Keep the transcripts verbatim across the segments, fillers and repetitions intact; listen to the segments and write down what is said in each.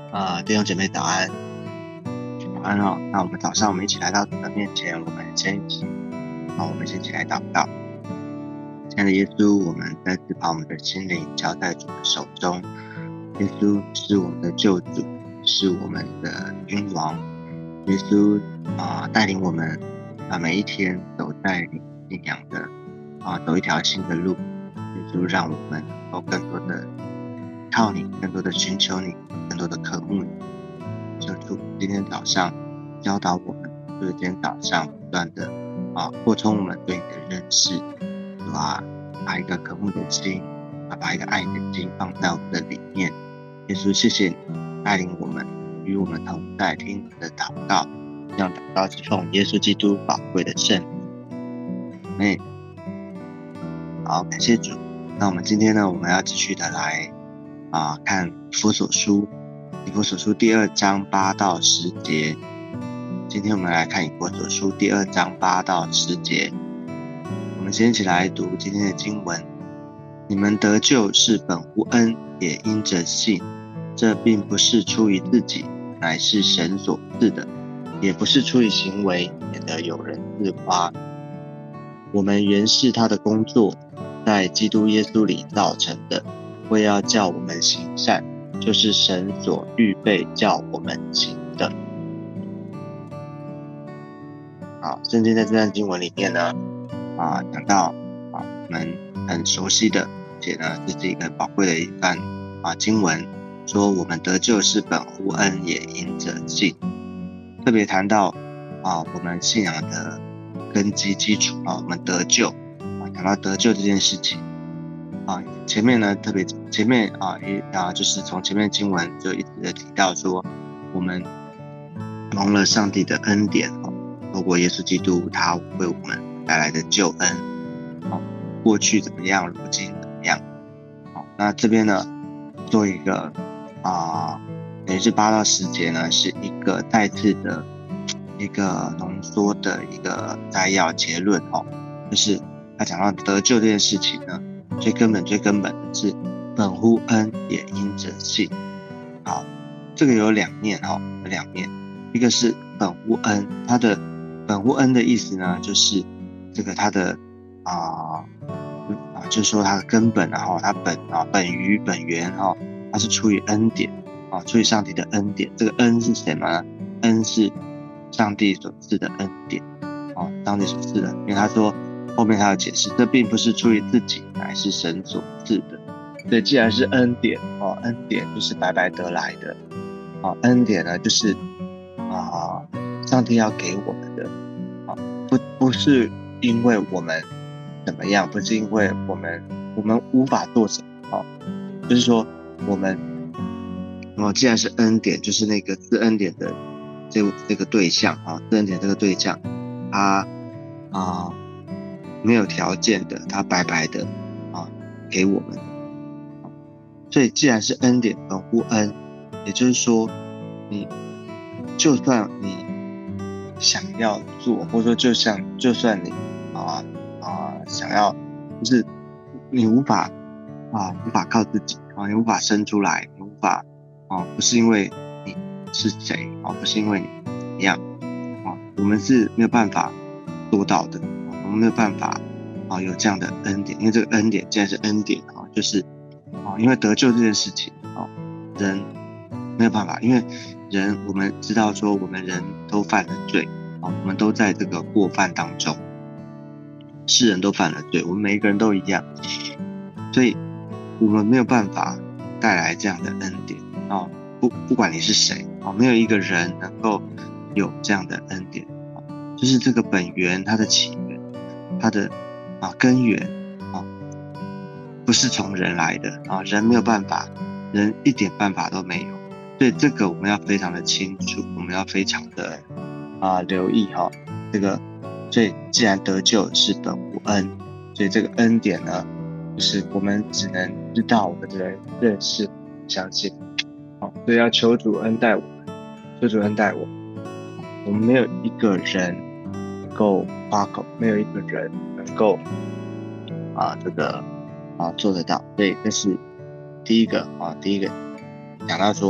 啊，弟兄姐妹早安，早安哦。那我们早上我们一起来到主的面前，我们先一起，好，我们先一起来祷告。亲爱的耶稣，我们再次把我们的心灵交在主的手中。耶稣是我们的救主，是我们的君王。耶稣啊，带领我们啊，每一天走在你信仰的啊，走一条新的路。耶稣让我们能够更多的靠你，更多的寻求你，更多的渴慕你。求主今天早上教导我们，就是今天早上不断的啊扩充我们对你的认识，主啊，把一个渴慕的心，啊，把一个爱的心放在我们的里面。耶稣，谢谢你带领我们，与我们同在，听你的祷告，这样祷告是奉耶稣基督宝贵的圣名。阿们。好，感谢主。那我们今天呢，我们要继续的来啊看以弗所书，以弗所书第二章八到十节。今天我们来看以弗所书第二章八到十节。我们先一起来读今天的经文。你们得救是本乎恩，也因着信。这并不是出于自己，乃是神所赐的；也不是出于行为，免得有人自夸。我们原是他的工作，在基督耶稣里造成的，为要叫我们行善，就是神所预备叫我们行的。好，圣经在这段经文里面呢，啊，讲到啊，我们很熟悉的，而且呢，这是一个很宝贵的一段啊经文，说我们得救是本乎恩，也因着信。特别谈到啊，我们信仰的根基基础啊，我们得救啊，讲到得救这件事情啊，前面呢特别前面啊一啊就是从前面的经文就一直的提到说，我们蒙了上帝的恩典哦，透过耶稣基督他为我们带来的救恩哦，过去怎么样，如今怎么样？好，那这边呢做一个啊，等于是八到十节呢是一个再次的一个浓缩的一个摘要结论哦，就是他讲到得救这件事情呢，最根本最根本的是本乎恩，也因着信。好，这个有两面哈、哦，有两面，一个是本乎恩，它的本乎恩的意思呢，就是这个它的啊啊，就是说它的根本啊，它本啊本于本源哈、哦，它是出于恩典啊，出于上帝的恩典。这个恩是什么呢？恩是上帝所赐的恩典啊，上帝所赐的，因为他说后面他有解释，这并不是出于自己，乃是神所赐的。所以既然是恩典哦，恩典就是白白得来的啊，恩典呢就是啊，上帝要给我们的啊，不不是因为我们怎么样，不是因为我们我们无法做什么啊，就是说我们哦，既然是恩典，就是那个赐恩典的这这个对象啊，赐恩典这个对象，他啊没有条件的，他白白的啊给我们。所以既然是恩典，本乎恩，也就是说，你就算你想要做，或者说就像就算你啊啊想要，就是你无法啊无法靠自己啊，你无法生出来，你无法啊，不是因为你是谁啊，不是因为你怎么样啊，我们是没有办法做到的，我们没有办法啊有这样的恩典，因为这个恩典既然是恩典啊，就是啊，因为得救这件事情啊，人没有办法，因为人我们知道说我们人都犯了罪啊，我们都在这个过犯当中，世人都犯了罪，我们每一个人都一样，所以我们没有办法带来这样的恩典啊，不不管你是谁啊，没有一个人能够有这样的恩典啊，就是这个本源它的起源，它的啊根源啊，不是从人来的啊，人没有办法，人一点办法都没有，所以这个我们要非常的清楚，我们要非常的啊留意哈，这个，所以既然得救是本乎恩，所以这个恩典呢，就是我们只能知道，我们只能认识、相信，好，所以要求主恩待我们，求主恩待我们，我们没有一个人能够夸口，没有一个人能够啊这个。啊，做得到，所以这是第一个啊，第一个讲到说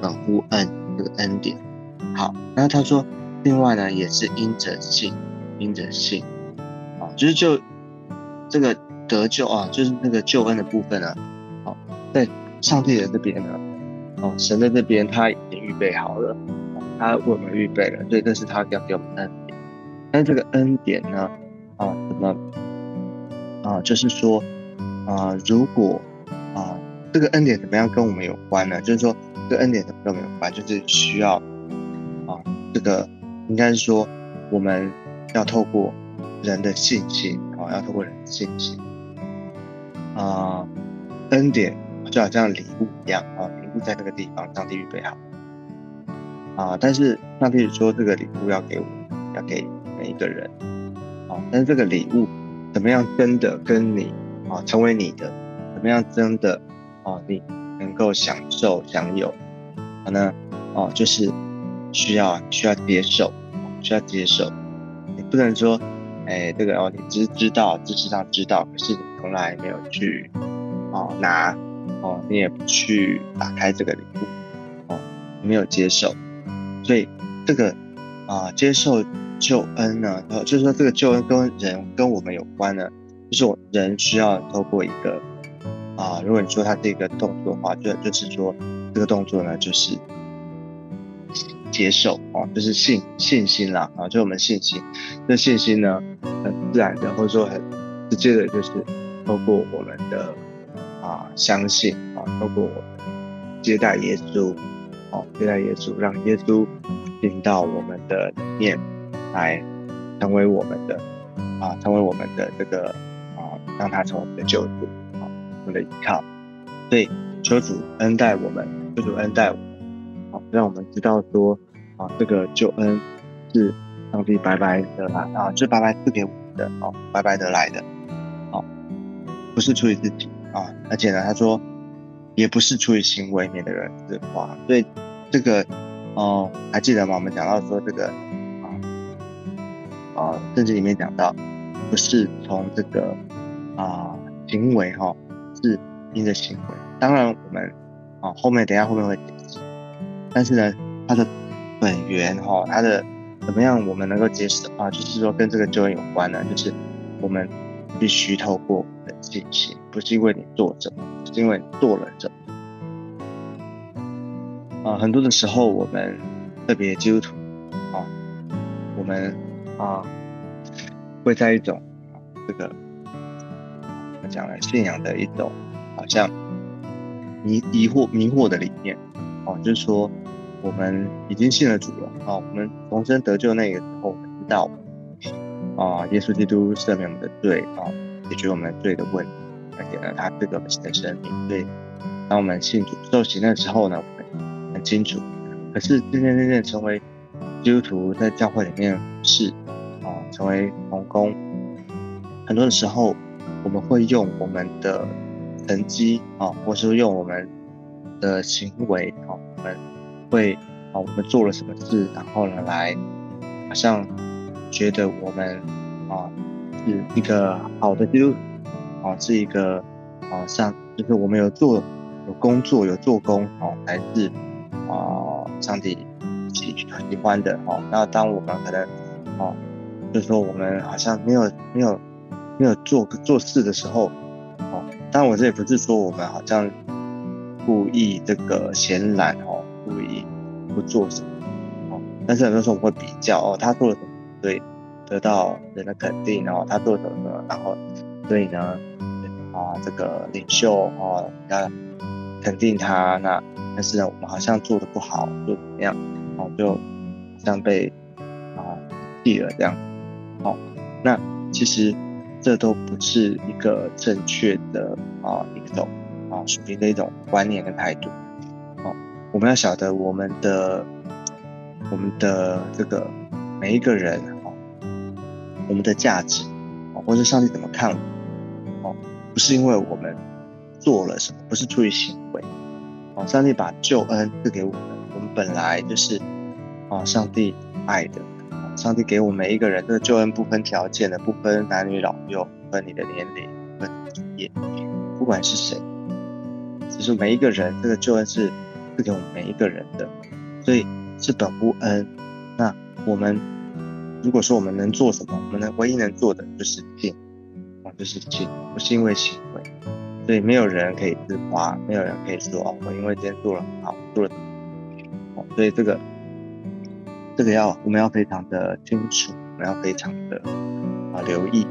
本乎恩这个恩典。好，那他说另外呢也是因着信，因着信，啊，就是就这个得救啊，就是那个救恩的部分呢，好，在上帝的这边呢，哦，神的这边他已经预备好了，他为我们预备了，所以这是他要给我们的恩典。但这个恩典呢，啊，怎么啊？就是说，啊，如果啊，这个恩典怎么样跟我们有关呢？就是说，这个恩典怎么跟我们有关？就是需要啊，这个应该是说，我们要透过人的信心，啊，要透过人的信心，啊，恩典就好像礼物一样，啊，礼物在这个地方，上帝预备好，啊，但是上帝说这个礼物要给我们，要给每一个人，啊，但是这个礼物怎么样真的跟你啊成为你的，怎么样真的啊你能够享受享有，可能哦就是需要需要接受，需要接受，你不能说，哎这个哦你只知道知识上知道，可是你从来没有去哦拿哦你也不去打开这个礼物，哦你没有接受，所以这个啊接受救恩呢，呃，就是说这个救恩跟人跟我们有关呢，就是我人需要透过一个啊，如果你说它是一个动作的话，就就是说这个动作呢，就是接受哦，就是信信心啦啊，就我们信心，这信心呢，很自然的或者说很直接的，就是透过我们的啊相信啊，透过我们接待耶稣，哦，接待耶稣，让耶稣进到我们的里面。来成为我们的啊，成为我们的这个啊，让他成为我们的救主啊，我们的依靠。所以求主恩待我们，求主恩待我们，好，让我们知道说啊，这个救恩是上帝白白得来啊，就是白白赐给我们的啊，白白得来的，啊，不是出于自己啊，而且呢，他说也不是出于行为，免得人自夸。所以这个哦、呃，还记得吗？我们讲到说这个。啊，圣经里面讲到，不是从这个啊、呃、行为哈、哦，是因着行为。当然我们啊后面等一下后面会解释，但是呢，它的本源哈、哦，它的怎么样我们能够接受啊？就是说跟这个救恩有关呢，就是我们必须透过我们的信心，不是因为你做什么，是因为你做了什么。啊，很多的时候我们特别基督徒啊，我们。啊，会在一种啊这个怎么讲呢？信仰的一种好像迷疑惑迷惑的里面，哦，就是说我们已经信了主了，哦，我们重生得救那个时候，我们知道啊，耶稣基督赦免我们的罪，啊，解决我们罪的问题，而且呢，他赐给我们新的生命。所以，当我们信主受洗的时候呢，我们很清楚。可是渐渐渐渐成为基督徒，在教会里面是。啊，成为同工，很多的时候我们会用我们的成绩啊，或是用我们的行为啊，我们会啊，我们做了什么事，然后呢，来好像觉得我们啊是一个好的基督徒啊，是一个啊像就是我们有做有工作有做工啊，才是啊上帝喜喜欢的哦。那当我们可能哦。就是说，我们好像没有没有没有做做事的时候，哦，当然我这也不是说我们好像故意这个闲懒哦，故意不做什么哦，但是很多时候我们会比较哦，他做了什么，所以得到人的肯定，然后他做了什么，然后所以呢，啊，这个领袖哦要肯定他，那但是呢，我们好像做的不好，做怎么样，哦，就好像被啊记了这样。好，那其实这都不是一个正确的啊一种啊属灵的一种观念跟态度。哦，我们要晓得我们的我们的这个每一个人哦，我们的价值哦，或是上帝怎么看我们哦，不是因为我们做了什么，不是出于行为哦，上帝把救恩赐给我们，我们本来就是啊上帝爱的。上帝给我们每一个人这个救恩不分条件的，不分男女老幼，不分你的年龄，不分职业，不管是谁，就是每一个人这个救恩是赐给我们每一个人的，所以是本乎恩。那我们如果说我们能做什么，我们能唯一能做的就是信，啊，就是信，不是因为行为。所以没有人可以自夸，没有人可以说哦，我因为今天做了很好，做了什么，哦，所以这个这个要我们要非常的清楚，我们要非常的啊留意。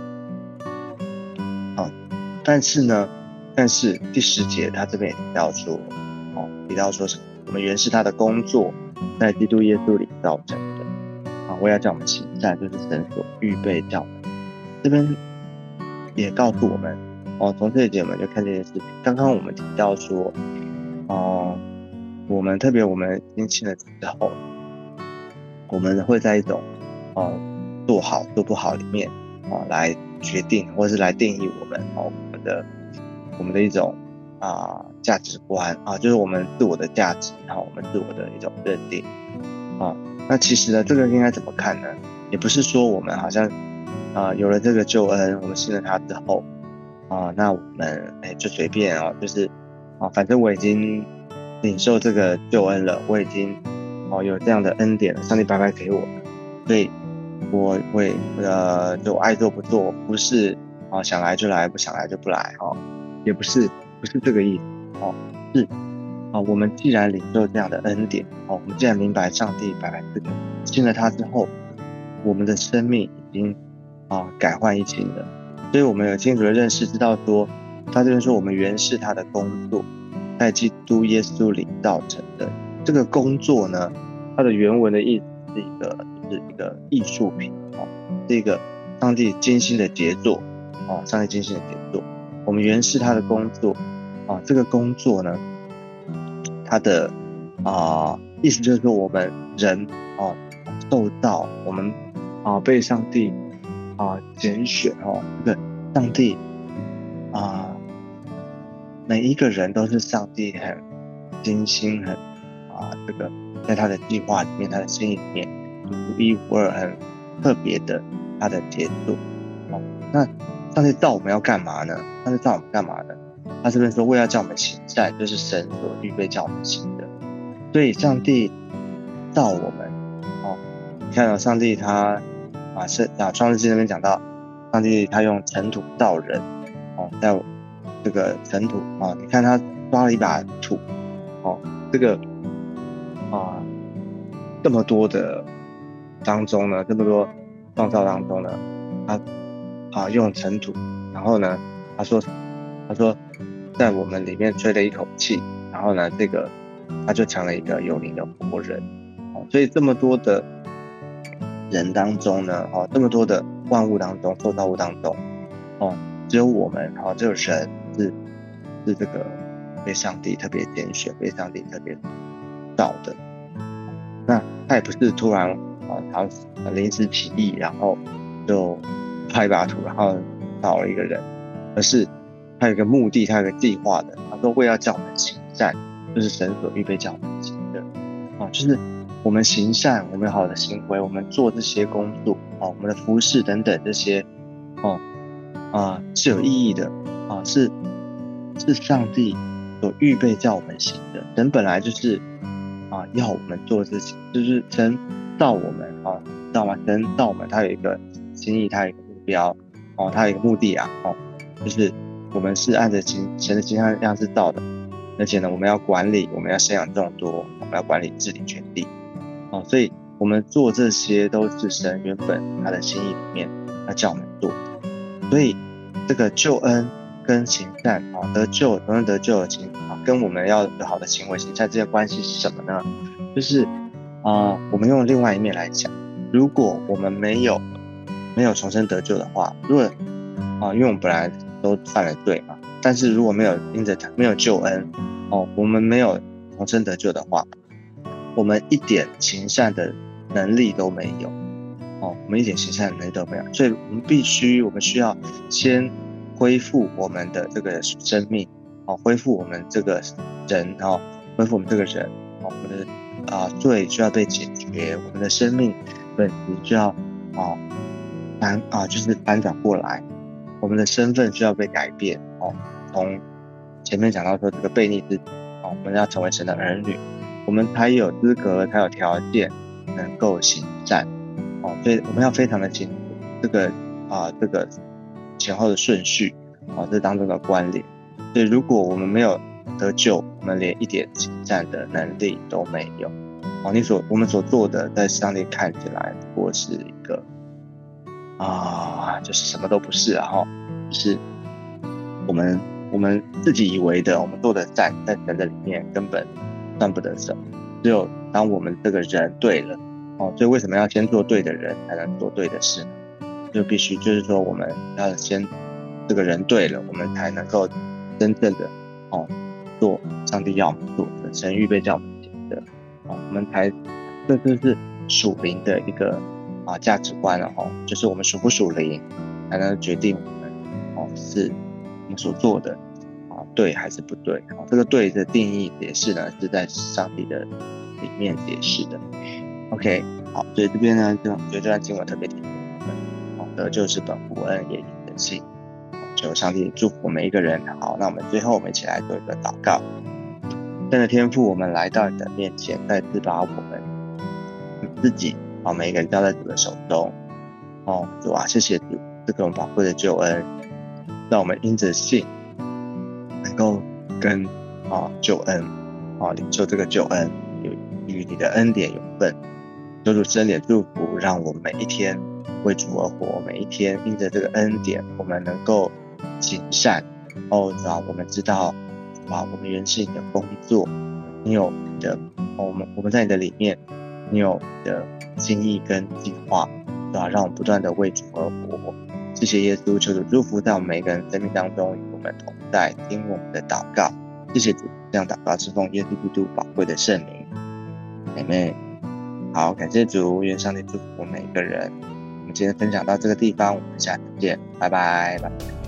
好，但是呢，但是第十节他这边也提到说，哦，提到说什么？我们原是他的工作，在基督耶稣里造成的。啊，我要叫我们行善，就是神所预备叫我们。这边也告诉我们。哦，从这一节我们就看这件事情。刚刚我们提到说，哦，我们特别我们年轻的时候，我们会在一种哦做好做不好里面哦来决定，或是来定义我们哦我们的我们的一种啊价值观啊，就是我们自我的价值，然后我们自我的一种认定啊。那其实呢，这个应该怎么看呢？也不是说我们好像啊有了这个救恩，我们信了他之后。啊，那我们哎就随便哦，就是啊，反正我已经领受这个救恩了，我已经哦有这样的恩典了，上帝白白给我了，所以我我也呃就爱做不做，不是啊想来就来，不想来就不来哈、哦，也不是不是这个意思哦，是啊我们既然领受这样的恩典哦，我们既然明白上帝白白赐给，信了他之后，我们的生命已经啊改换一新了。所以我们有清楚的认识，知道说，他这边说我们原是他的工作，在基督耶稣里造成的。这个工作呢，它的原文的意思是一个，就是一个艺术品哦，是一个上帝精心的杰作哦，上帝精心的杰作。我们原是他的工作啊，这个工作呢，它的啊意思就是说，我们人哦受到我们啊被上帝。啊，拣选哦，这个上帝啊，每一个人都是上帝很精心、很啊，这个在他的计划里面、他的心意里面独一无二、很特别的他的杰作。哦，那上帝造我们要干嘛呢？上帝造我们干嘛呢？他这边说为要叫我们行善，就是神所预备叫我们行的。所以上帝造我们，哦，你看到、哦、上帝他。啊，是啊，创世纪那边讲到，上帝他用尘土造人，哦，在这个尘土啊，你看他抓了一把土，哦，这个啊，这么多的当中呢，这么多创造当中呢，他啊用尘土，然后呢，他说，他说在我们里面吹了一口气，然后呢，这个他就成了一个有灵的活人，哦，所以这么多的。人当中呢，哦，这么多的万物当中，受造物当中，哦，只有我们，哦，只有人是是这个被上帝特别拣选、被上帝特别造的。那他也不是突然啊，他临时起意，然后就拍一把土，然后造了一个人，而是他有一个目的，他有一个计划的。他说为要叫我们行善，就是神所预备叫我们行的，哦，就是。我们行善，我们有好的行为，我们做这些工作，哦，我们的服事等等这些，哦，啊、呃、是有意义的，啊、呃、是是上帝所预备叫我们行的。神本来就是啊、呃、要我们做这些，就是神造我们啊，知道吗？神造我们，他有一个心意，他有一个目标，哦，他有一个目的啊，哦，就是我们是按着神的形象样式造的，而且呢，我们要管理，我们要生养众多，我们要管理治理全地。哦，所以我们做这些都是神原本他的心意里面要叫我们做的，所以这个救恩跟行善啊，得救同样得救的行啊，跟我们要有好的行为行善之间的关系是什么呢？就是啊、呃，我们用另外一面来讲，如果我们没有没有重生得救的话，如果啊，因为我们本来都犯了罪嘛，但是如果没有因着没有救恩哦，我们没有重生得救的话。我们一点行善的能力都没有，哦，我们一点行善的能力都没有，所以我们必须，我们需要先恢复我们的这个生命，哦，恢复我们这个人，哦，恢复我们这个人，哦，我们的啊罪需要被解决，我们的生命本质需要啊反啊就是反转过来，我们的身份需要被改变，哦，从前面讲到说这个悖逆之子哦，我们要成为神的儿女，我们才有资格，才有条件能够行善。哦，所以我们要非常的清楚这个啊、呃、这个前后的顺序啊、哦，这当中的关联。所以如果我们没有得救，我们连一点行善的能力都没有。哦，你所我们所做的，在上帝看起来不过是一个啊、就是什么都不是啊，哈，就是我们我们自己以为的，我们做的善，在神的里面根本算不得什么。只有当我们这个人对了，哦，所以为什么要先做对的人，才能做对的事呢？就必须就是说，我们要先这个人对了，我们才能够真正的哦做上帝要我们做的，神预备叫我们行的，哦，我们才这就是属灵的一个啊价值观了哦，就是我们属不属灵，才能决定我们哦是我们所做的啊对还是不对。哦，这个对的定义解释呢，是在上帝的里面解释的。OK， 好，所以这边呢，就我觉得这段经文特别提醒我们，哦，得救是本乎恩，也因着信。求上帝祝福我们一个人。好，那我们最后我们一起来做一个祷告。真的天父，我们来到你的面前，再次把我们自己啊每一个人交在主的手中。哦，主啊，谢谢主这个我们宝贵的救恩，让我们因着信能够跟啊救恩啊领受这个救恩，与你的恩典有份。求主恩典祝福，让我们每一天为主而活，每一天因着这个恩典，我们能够行善。哦，主啊，我们知道，主啊，我们原是你的工作，你有你的，哦、我们我们在你的里面，你有你的心意跟计划，主啊，让我们不断的为主而活。谢谢耶稣，求主祝福在我们每个人生命当中，与我们同在，听我们的祷告。谢谢主，这样祷告是奉耶稣基督宝贵的圣名。阿们。好，感谢主，愿上帝祝福我们每一个人。我们今天分享到这个地方，我们下次见，拜拜，拜拜。